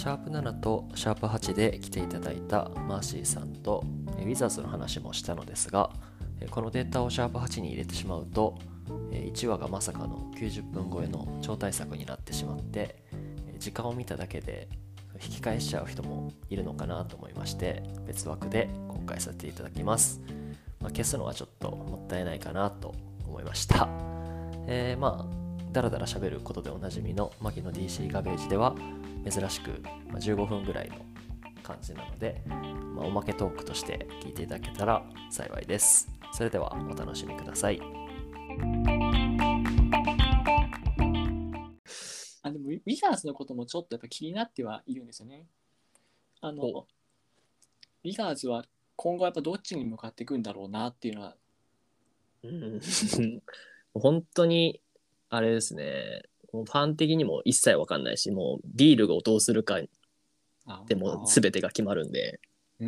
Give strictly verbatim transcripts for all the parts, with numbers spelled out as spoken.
シャープななとシャープはちで来ていただいたマーシーさんとウィザーズの話もしたのですが、このデータをシャープはちに入れてしまうといちわがまさかのきゅうじゅっぷん超えの超大作になってしまって、時間を見ただけで引き返しちゃう人もいるのかなと思いまして、別枠で公開させていただきます。まあ、消すのはちょっともったいないかなと思いました。えー、まあだらだら喋ることでおなじみのマギの ディーシー ガベージでは珍しくじゅうごふんぐらいの感じなので、まあ、おまけトークとして聞いていただけたら幸いです。それではお楽しみください。 あでもウィザーズのこともちょっとやっぱ気になってはいるんですよね。あのウィザーズは今後やっぱどっちに向かっていくんだろうなっていうのは、 うん、本当にあれですね。もうファン的にも一切わかんないし、もうビールをどうするかでも全てが決まるんで、 うん、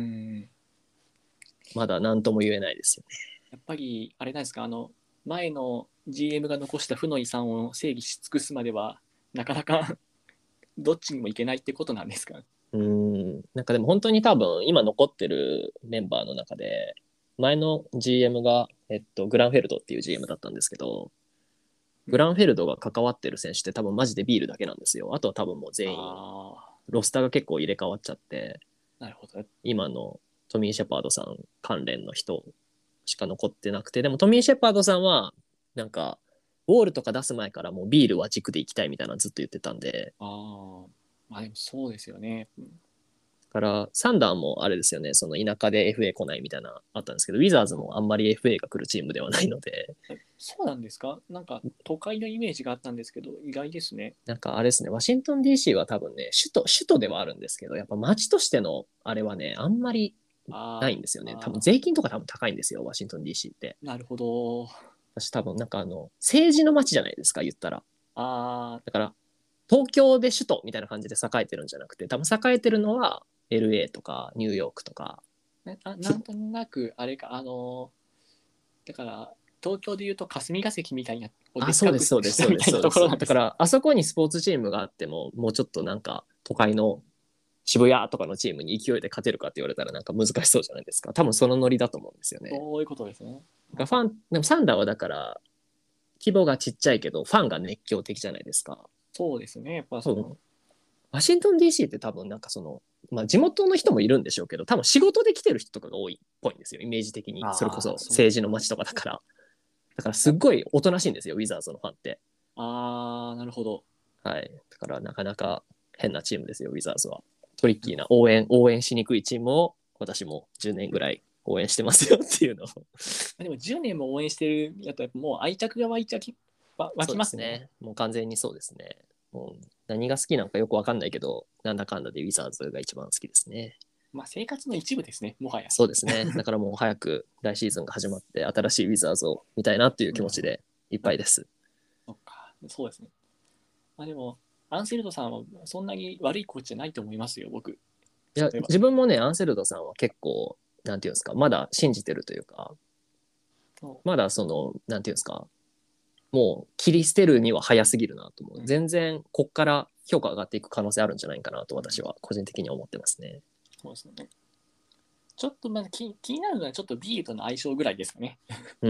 まだ何とも言えないですよね。 やっぱりあれなんですか、あの前の ジーエム が残した負の遺産を整理し尽くすまではなかなかどっちにもいけないってことなんですか。 うーん、なんかでも本当に多分今残ってるメンバーの中で、前の ジーエム が、えっと、グランフェルドっていう ジーエム だったんですけど、グランフェルドが関わってる選手って多分マジでビールだけなんですよ。あとは多分もう全員ロスターが結構入れ替わっちゃって、 なるほど。 今のトミー・シェパードさん関連の人しか残ってなくて、でもトミー・シェパードさんはなんかウォールとか出す前からもうビールは軸でいきたいみたいなのずっと言ってたんで、 あまあでもそうですよね。 だからサンダーもあれですよね、その田舎で エフエー 来ないみたいなあったんですけど、ウィザーズもあんまり エフエー が来るチームではないので。 そうなんですか。なんか都会のイメージがあったんですけど意外ですね。 なんかあれですね、ワシントン ディーシー は多分ね、首都首都ではあるんですけど、やっぱ街としてのあれはね、あんまりないんですよね。多分税金とか多分高いんですよ、ワシントン ディーシー って。 なるほど。 私多分なんかあの政治の街じゃないですか、言ったら。 あだから東京で首都みたいな感じで栄えてるんじゃなくて、多分栄えてるのは エルエー とかニューヨークとか。 な, なんとなくあれか、あのだから東京でいうと霞が関みたいな、 あ、そうですそうですそうですそうです。だからあそこにスポーツチームがあっても、もうちょっとなんか都会の渋谷とかのチームに勢いで勝てるかって言われたらなんか難しそうじゃないですか。多分そのノリだと思うんですよね。 そういうことですね。 ファンでもサンダーはだから規模がちっちゃいけどファンが熱狂的じゃないですか。 そうですね。やっぱそのワシントン ディーシー って多分なんかその、まあ、地元の人もいるんでしょうけど、多分仕事で来てる人とかが多いっぽいんですよ、イメージ的に。それこそ政治の街とかだから。だからすっごいおとなしいんですよ、ウィザーズのファンって。 ああ、なるほど。 はい。だからなかなか変なチームですよ、ウィザーズは。トリッキーな応援、応援しにくいチームを私もじゅうねんぐらい応援してますよっていうのを。 でもじゅうねんも応援してるやと、もう愛着が湧いちゃき湧きますね。 ね。もう完全にそうですね。もう何が好きなのかよくわかんないけど、なんだかんだでウィザーズが一番好きですね。 まあ生活の一部ですね、もはや。 そうですね。だからもう早く来シーズンが始まって新しいウィザーズを見たいなっていう気持ちでいっぱいです。 うん、そっか、そうですね。まあでも、アンセルドさんはそんなに悪いコーチじゃないと思いますよ、僕。 いや、自分もね、アンセルドさんは結構、なんていうんですか、まだ信じてるというか、まだその、なんていうんですか、もう切り捨てるには早すぎるなと思う。うん、全然、こっから評価上がっていく可能性あるんじゃないかなと私は個人的に思ってますね。 そうですね。ちょっとまだ 気, 気になるのはちょっとビールとの相性ぐらいですかね。 うん、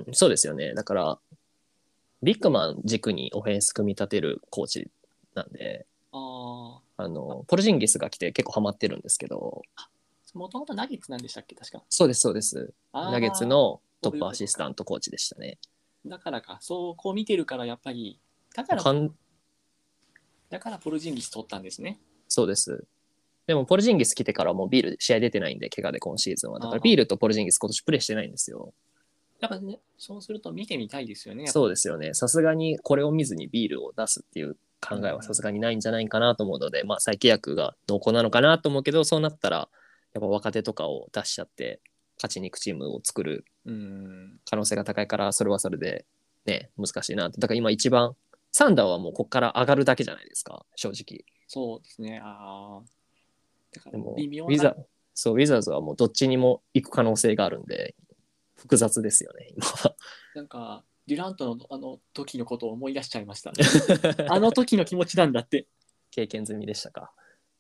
そうですよね。だから、ビッグマン軸にオフェンス組み立てるコーチなんで、 ああの、ポルジンギスが来て結構ハマってるんですけど、 もともとナゲッツなんでしたっけ、確か。 そうです、そうです。ナゲッツのトップアシスタントコーチでしたね。 だからか、そうこう見てるからやっぱり、だから、だからポルジンギス取ったんですね。 そうです。でもポルジンギス来てからもうビール試合出てないんで、怪我で今シーズンは。だからビールとポルジンギス今年プレーしてないんですよ。 やっぱね、そうすると見てみたいですよね。 そうですよね。さすがにこれを見ずにビールを出すっていう考えはさすがにないんじゃないかなと思うので、うん、まあ再契約が濃厚なのかなと思うけど、そうなったらやっぱ若手とかを出しちゃって勝ちに行くチームを作る可能性が高いから、それはそれでね、難しいなって。だから今一番サンダーはもうここから上がるだけじゃないですか、正直。 そうですね。ああ。だからでも微妙な。 ウィザそう、ウィザーズはもうどっちにも行く可能性があるんで、複雑ですよね、今は。 なんか、デュラントのあの時のことを思い出しちゃいました。あの時の気持ちなんだって。 経験済みでしたか。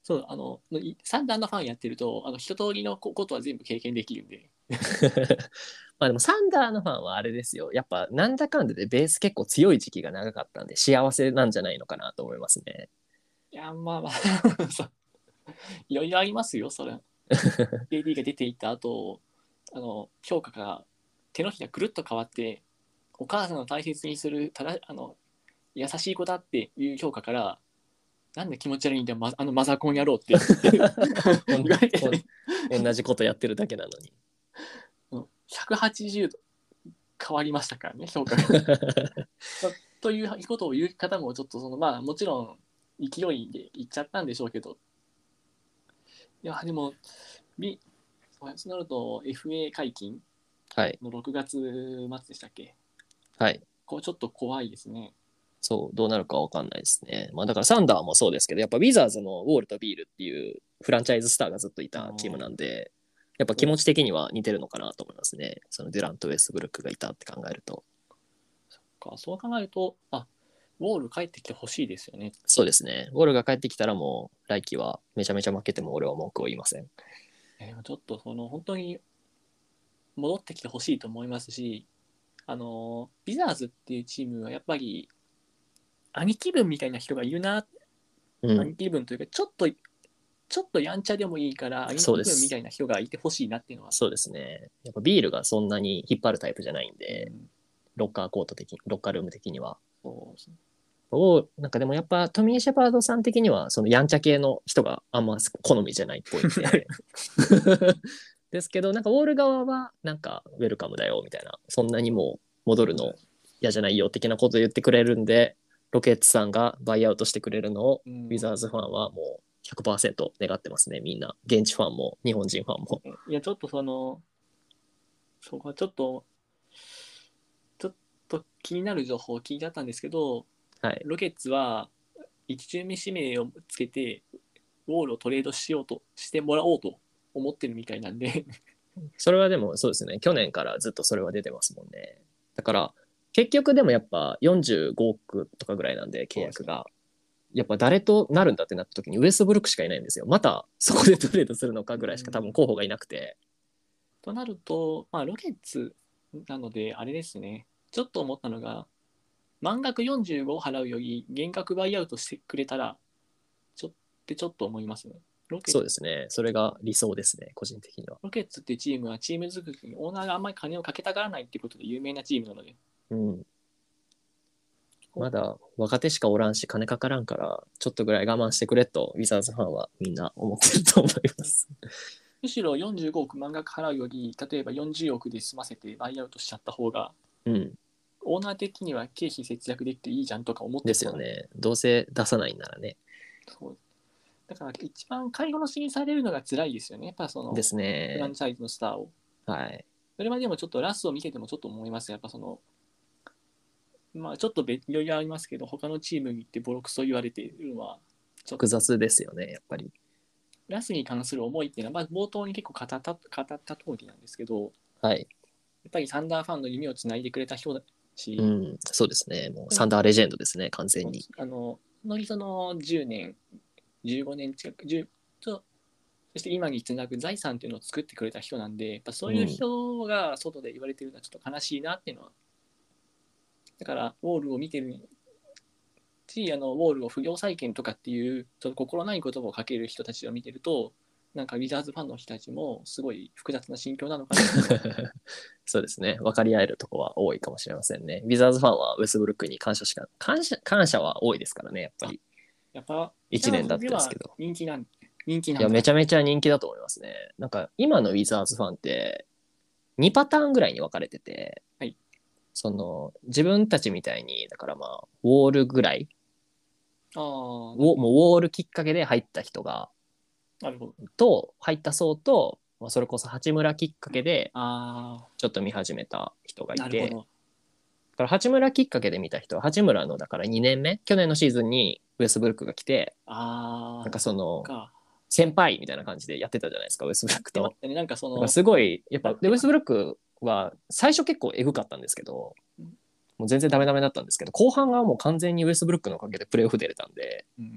そうあのいサンダーのファンやってるとあの一通りのこことは全部経験できるんで。 まあでもサンダーのファンはあれですよ。やっぱなんだかんだでベース結構強い時期が長かったんで幸せなんじゃないのかなと思いますね。 いやまあまあそういろいろありますよそれ。ケーディー が出ていった後あの評価が手のひらくるっと変わってお母さんを大切にするただあの優しい子だっていう評価からなんで気持ち悪いんだよ、ま、あのマザコンやろうって言われて同じことやってるだけなのにひゃくはちじゅうど変わりましたからね評価がということを言う方もちょっとそのまあもちろん勢いで言っちゃったんでしょうけど、いやでもビそうなると エフエー 解禁はいのろくがつ末でしたっけ。 はいこうちょっと怖いですね。 そうどうなるかわかんないですね。まあだからサンダーもそうですけどやっぱウィザーズのウォールとビールっていうフランチャイズスターがずっといたチームなんでやっぱ気持ち的には似てるのかなと思いますね。そのデュラント・ウェストブルックがいたって考えると。 かそう考えるとあウォール帰ってきてほしいですよね。 そうですね。ウォールが帰ってきたらもう来季はめちゃめちゃ負けても俺は文句を言いません。 えーちょっとその本当に戻ってきてほしいと思いますし、あのビザーズっていうチームはやっぱり兄貴分みたいな人がいるな、 うん、 兄貴分というかちょっとちょっとやんちゃでもいいから兄貴そうです分みたいな人がいてほしいなっていうのは。 そうですね。やっぱビールがそんなに引っ張るタイプじゃないんで、 うんロッカーコート的ロッカールーム的には。 そうですねをなんかでもやっぱトミー・シェパードさん的にはそのやんちゃ系の人があんま好みじゃないっぽいんでですけどなんかウォール側はなんかウェルカムだよみたいなそんなにもう戻るの嫌じゃないよ的なことを言ってくれるんでロケッツさんがバイアウトしてくれるのを、 うん、 ウィザーズファンはもう ひゃくパーセント 願ってますねみんな現地ファンも日本人ファンも。 いやちょっとそのそこはちょっとちょっと気になる情報を聞いちゃったんですけど、 はい、 ロケッツはいち巡目指名をつけてウォールをトレードしようとしてもらおうと思ってるみたいなんでそれはでもそうですね去年からずっとそれは出てますもんね。だから結局でもやっぱよんじゅうごおくとかぐらいなんで契約が、やっぱ誰となるんだってなった時にウエストブルックしかいないんですよ。またそこでトレードするのかぐらいしか多分候補がいなくて、 となると、まあ、ロケッツなのであれですねちょっと思ったのが満額よんじゅうごを払うより減額バイアウトしてくれたらちょってちょっと思いますね。ロケッツそうですねそれが理想ですね個人的には。 ロケッツっていうチームはチーム作りにオーナーがあんまり金をかけたがらないっていうことで有名なチームなので、 うん、まだ若手しかおらんし金かからんからちょっとぐらい我慢してくれとウィザーズファンはみんな思ってると思いますむしろよんじゅうごおく満額払うより例えばよんじゅうおくで済ませてバイアウトしちゃった方がうんオーナー的には経費節約できていいじゃんとか思ってですよね。どうせ出さないんならね。 そうだから一番買い物しにされるのが辛いですよねやっぱそのですフラねン。チャイズのスターを。 はいそれまでもちょっとラスを見ててもちょっと思いますやっぱそのまあちょっと別いろいろありますけど他のチームに行ってボロクソ言われているのはちょっと複雑ですよねやっぱり。 ラスに関する思いっていうのは、まあ、冒頭に結構語った語った通りなんですけどはい。 やっぱりサンダーファンの夢をつないでくれた人だし、 うんそうですねもうサンダーレジェンドですね完全に。 あののりそのじゅうねんじゅうごねん近くじゅうとそして今につなぐ財産っていうのを作ってくれた人なんでやっぱそういう人が外で言われてるのはちょっと悲しいなっていうのは、だからウォールを見てるしあのウォールを不良債権とかっていうちょっと心ない言葉をかける人たちを見てるとなんかウィザーズファンの人たちもすごい複雑な心境なのかなそうですね分かり合えるとこは多いかもしれませんね。ウィザーズファンはウェストブルックに感謝しか感謝感謝は多いですからねやっぱり。 やっぱいちねんだったんですけど人気なん人気なんいやめちゃゃめちゃ人気だと思いますね。なんか今のウィザーズファンってにパターンぐらいに分かれてて、 はい、 その自分たちみたいにだからまあウォールぐらいあもうウォールきっかけで入った人がなるほどと入った層と、まあ、それこそ八村きっかけであちょっと見始めた人がいて、 なるほどだから八村きっかけで見た人は八村のだからにねんめ去年のシーズンにウェストブルックが来てあなんかそのか先輩みたいな感じでやってたじゃないですかウェストブルックと。 ね、なんかそのだからすごいやっぱでウェストブルックは最初結構エグかったんですけどもう全然ダメダメだったんですけど後半はもう完全にウェストブルックのおかげでプレーオフ出れたんで、 うん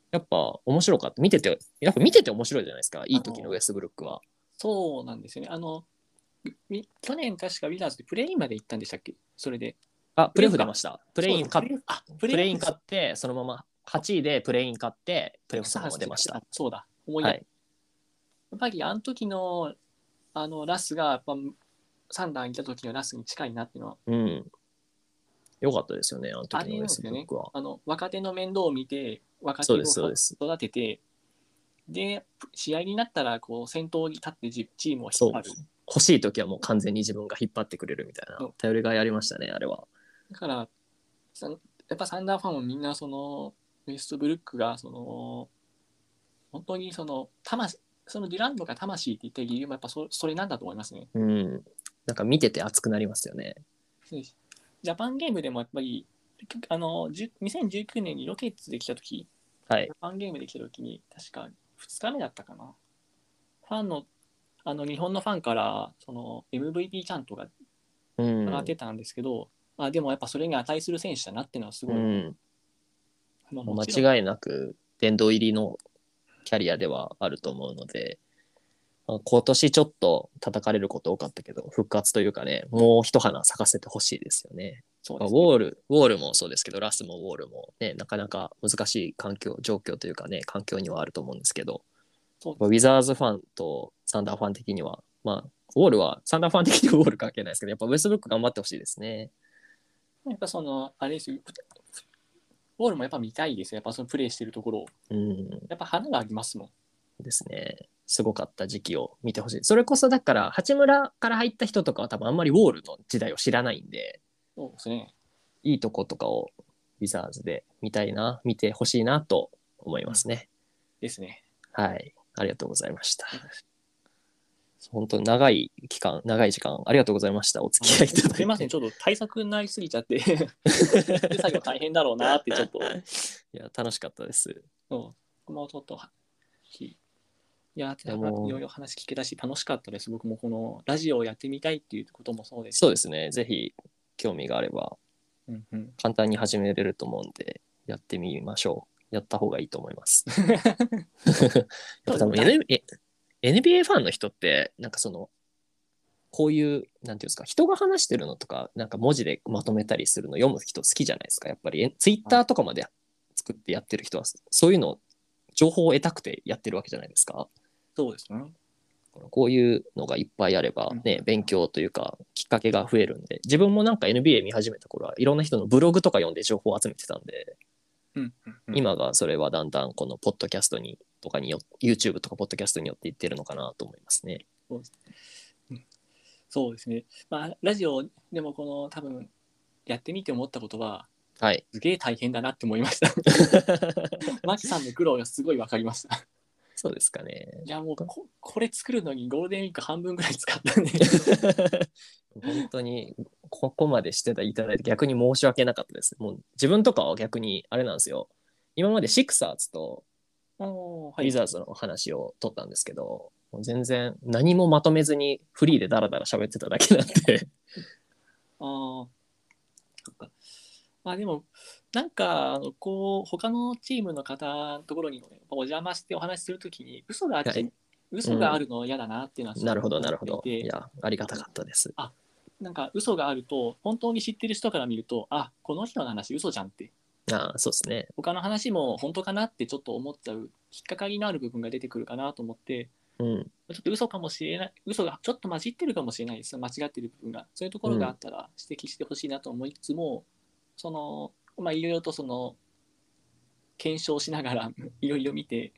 やっぱ面白かった。見てて、やっぱ見てて面白いじゃないですか。いい時のウェストブルックは。 そうなんですよね。あの、み去年確かウィザーズでプレインまで行ったんでしたっけ？それで。 あ、プレーオフプレーオフか出ました。プレイン勝っそうだプレーあ、ププレインレーオフ勝って、そのままはちいでプレイン勝って、プレイオフそのままさ出ました。 そうだ、思い出、 はい。 やっぱりあの時のあのラスが、やっぱサンダーにいた時のラスに近いなっていうのはうん。よかったですよね、あのあ時のウェスれなんですよね。 トブルックは。 あの若手の面倒を見て、若そうです、 手をそうです。 育てて、で、試合になったらこう先頭に立ってチームを引そう。 っ張る。 欲しい時はもう完全に自分が引っ張ってくれるみたいなそう頼りがいありましたね、あれは。 だからさやっぱサンダーファンもみんなそのウェストブルックがその本当にその魂そのデュランドが魂って言った理由もやっぱ そ, それなんだと思いますね。 うん。なんか見てて熱くなりますよね。 ジャパンゲームでもやっぱりあのにせんじゅうきゅうねんにロケッツで来た時、 はいジャ。パンゲームで来た時に確かふつかめだったかな。ファンのあの日本のファンからその エムブイピー チャントがうん。 上がってたんですけど、あでもやっぱそれに値する選手だなっていうのはすごい、 うん。 まあ、もちろん間違いなく殿堂入りのキャリアではあると思うので、まあ今年ちょっと叩かれること多かったけど、復活というかね、もう一花咲かせてほしいですよね。まあ、ウそうですね。 ォール、ウォールもそうですけど、ラスもウォールもね、なかなか難しい環境、状況というかね、環境にはあると思うんですけど、 そうウィザーズファンとサンダーファン的には、まあ、ウォールは、サンダーファン的にはウォール関係ないですけど、やっぱウェストブルック頑張ってほしいですね。 やっぱそのあれですよ、ウォールもやっぱ見たいですよ。やっぱそのプレーしてるところを。 うんやっぱ花がありますもん。 ですね。すごかった時期を見てほしい。それこそだから、八村から入った人とかは多分あんまりウォールの時代を知らないんで、 そうですね。 いいとことかをウィザーズで見たいな、見てほしいなと思いますね。 ですね。 はい。ありがとうございました。本当に長い期間、長い時間、ありがとうございました。お付き合いいただいて。 すいません、ちょっと対策になりすぎちゃって作業大変だろうなってちょっと。 いや、楽しかったです。 そう、もうちょっと。いや、 いやもういろいろ話聞けたし楽しかったです。僕もこのラジオをやってみたいっていうこともそうですし。 そうですね。ぜひ、興味があれば、 うんうん、 簡単に始めれると思うんで、やってみましょう。やった方がいいと思います。やっぱ多分 N- え エヌビーエー ファンの人って、なんかその、こういう、なんていうんですか、人が話してるのとか、なんか文字でまとめたりするの読む人好きじゃないですか。やっぱり、ツイッターとかまで作ってやってる人は、そういうの、情報を得たくてやってるわけじゃないですか。 そうですね。 こういうのがいっぱいあればね、 うん勉強というか、きっかけが増えるんで、自分もなんか エヌビーエー 見始めた頃はいろんな人のブログとか読んで情報を集めてたんで、 うんうんうん、 今がそれはだんだんこのポッドキャストにとかによ YouTube とかポッドキャストによっていってるのかなと思いますね。 そうですね。うん、そうですね。まあ、ラジオでもこの多分やってみて思ったことは、 はい。 すげえ大変だなって思いました。マキさんの苦労がすごい分かりました。 そうですかね。 いやもう こ, これ作るのにゴールデンウィーク半分ぐらい使ったんで本当にここまでしていただいて逆に申し訳なかったです。もう自分とかは逆にあれなんですよ。今までシクサーズとお、はい、 ウィザーズの話を取ったんですけど、もう全然何もまとめずにフリーでダラダラ喋ってただけなんであそっか。まあでもなんかあのこう他のチームの方のところにも、ね、お邪魔してお話しするときに嘘があっちゃ、はい、嘘があるの嫌だなっていうのはすごなるほどく思っていて、 なるほど。いやありがたかったです。 あなんか嘘があると本当に知ってる人から見るとあこの人の話嘘じゃんってああそうですね。 他の話も本当かなってちょっと思っちゃう引っかかりのある部分が出てくるかなと思って、 うん、 ちょっと嘘かもしれない嘘がちょっと混じってるかもしれないです間違ってる部分がそういうところがあったら指摘してほしいなと思いつつも、うん、そのまあいろいろとその検証しながらいろいろ見て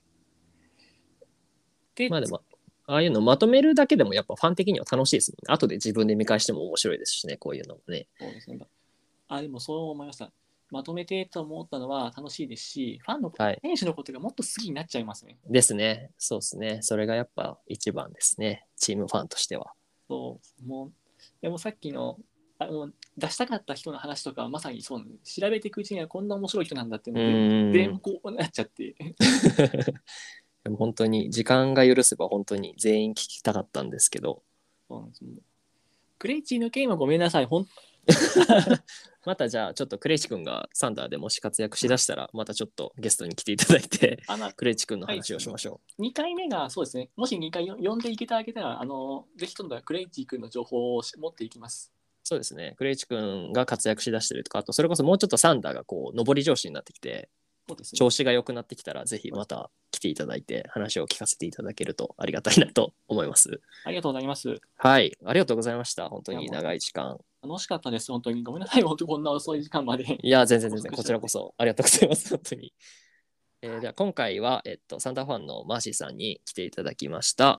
でまあでもああいうのまとめるだけでもやっぱファン的には楽しいですもんね。後で自分で見返しても面白いですしね、こういうのもね。 そうですね。あでもそう思いました。まとめてと思ったのは楽しいですし、ファンの、はい、選手のことがもっと好きになっちゃいますね。 ですね。そうですね。それがやっぱ一番ですね。チームファンとしては。 そうもうでもさっきのあの出したかった人の話とかはまさにそうなんです。調べていくうちにはこんな面白い人なんだっていうので全部こうなっちゃって。 でも本当に時間が許せば本当に全員聞きたかったんですけど。 そうなんです。クレイチーの件はごめんなさい。ほんまたじゃあちょっとクレイチ君がサンダーでもし活躍しだしたらまたちょっとゲストに来ていただいてあのクレイチ君の話をしましょにかいめがそうですね、もしにかいよ呼んでいただけたら、あのぜひ今度はクレイジー君の情報を持っていきます。 う。そうですね。クレイチ君が活躍しだしてるとか、あとそれこそもうちょっとサンダーがこう上り調子になってきてそうですね。 調子が良くなってきたらぜひまた来ていただいて話を聞かせていただけるとありがたいなと思います。 ありがとうございます。 はい、ありがとうございました。本当に長い時間。 楽しかったです、本当に。ごめんなさい、本当こんな遅い時間まで。 いや、全然全然、こちらこそありがとうございます、本当に。えー、では今回は、えっと、サンダーファンのマーシーさんに来ていただきました。